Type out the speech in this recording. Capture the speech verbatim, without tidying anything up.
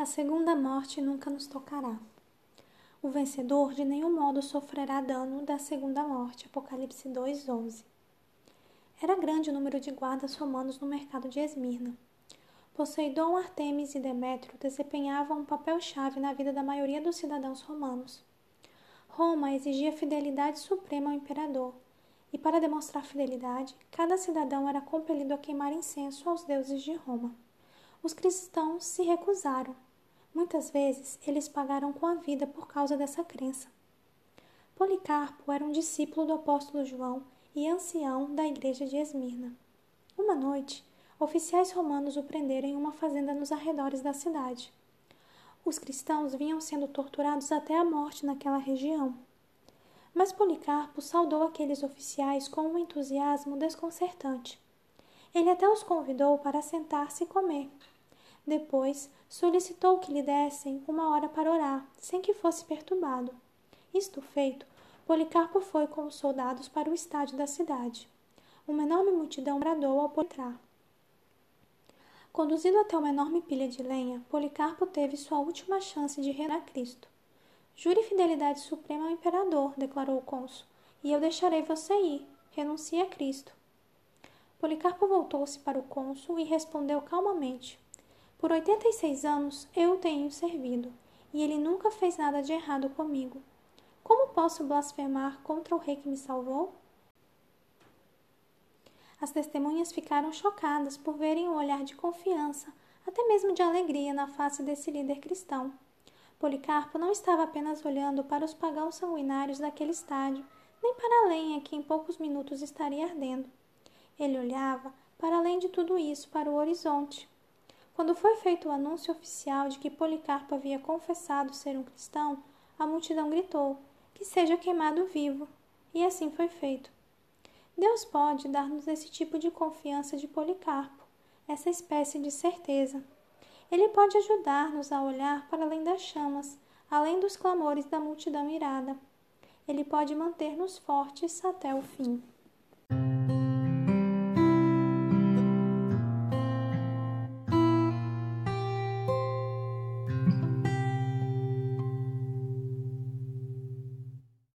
A segunda morte nunca nos tocará. O vencedor de nenhum modo sofrerá dano da segunda morte. Apocalipse dois, onze. Era grande o número de guardas romanos no mercado de Esmirna. Poseidon, Artemis e Demétrio desempenhavam um papel-chave na vida da maioria dos cidadãos romanos. Roma exigia fidelidade suprema ao imperador, e para demonstrar fidelidade, cada cidadão era compelido a queimar incenso aos deuses de Roma. Os cristãos se recusaram. Muitas vezes, eles pagaram com a vida por causa dessa crença. Policarpo era um discípulo do apóstolo João e ancião da igreja de Esmirna. Uma noite, oficiais romanos o prenderam em uma fazenda nos arredores da cidade. Os cristãos vinham sendo torturados até a morte naquela região. Mas Policarpo saudou aqueles oficiais com um entusiasmo desconcertante. Ele até os convidou para sentar-se e comer. Depois, solicitou que lhe dessem uma hora para orar, sem que fosse perturbado. Isto feito, Policarpo foi com os soldados para o estádio da cidade. Uma enorme multidão bradou ao entrar. Conduzido até uma enorme pilha de lenha, Policarpo teve sua última chance de reinar a Cristo. Jure fidelidade suprema ao imperador, declarou o cônsul, e eu deixarei você ir. Renuncie a Cristo. Policarpo voltou-se para o cônsul e respondeu calmamente: Por oitenta e seis anos eu o tenho servido, e ele nunca fez nada de errado comigo. Como posso blasfemar contra o rei que me salvou? As testemunhas ficaram chocadas por verem o olhar de confiança, até mesmo de alegria, na face desse líder cristão. Policarpo não estava apenas olhando para os pagãos sanguinários daquele estádio, nem para a lenha que em poucos minutos estaria ardendo. Ele olhava, para além de tudo isso, para o horizonte. Quando foi feito o anúncio oficial de que Policarpo havia confessado ser um cristão, a multidão gritou: que seja queimado vivo. E assim foi feito. Deus pode dar-nos esse tipo de confiança de Policarpo, essa espécie de certeza. Ele pode ajudar-nos a olhar para além das chamas, além dos clamores da multidão irada. Ele pode manter-nos fortes até o fim.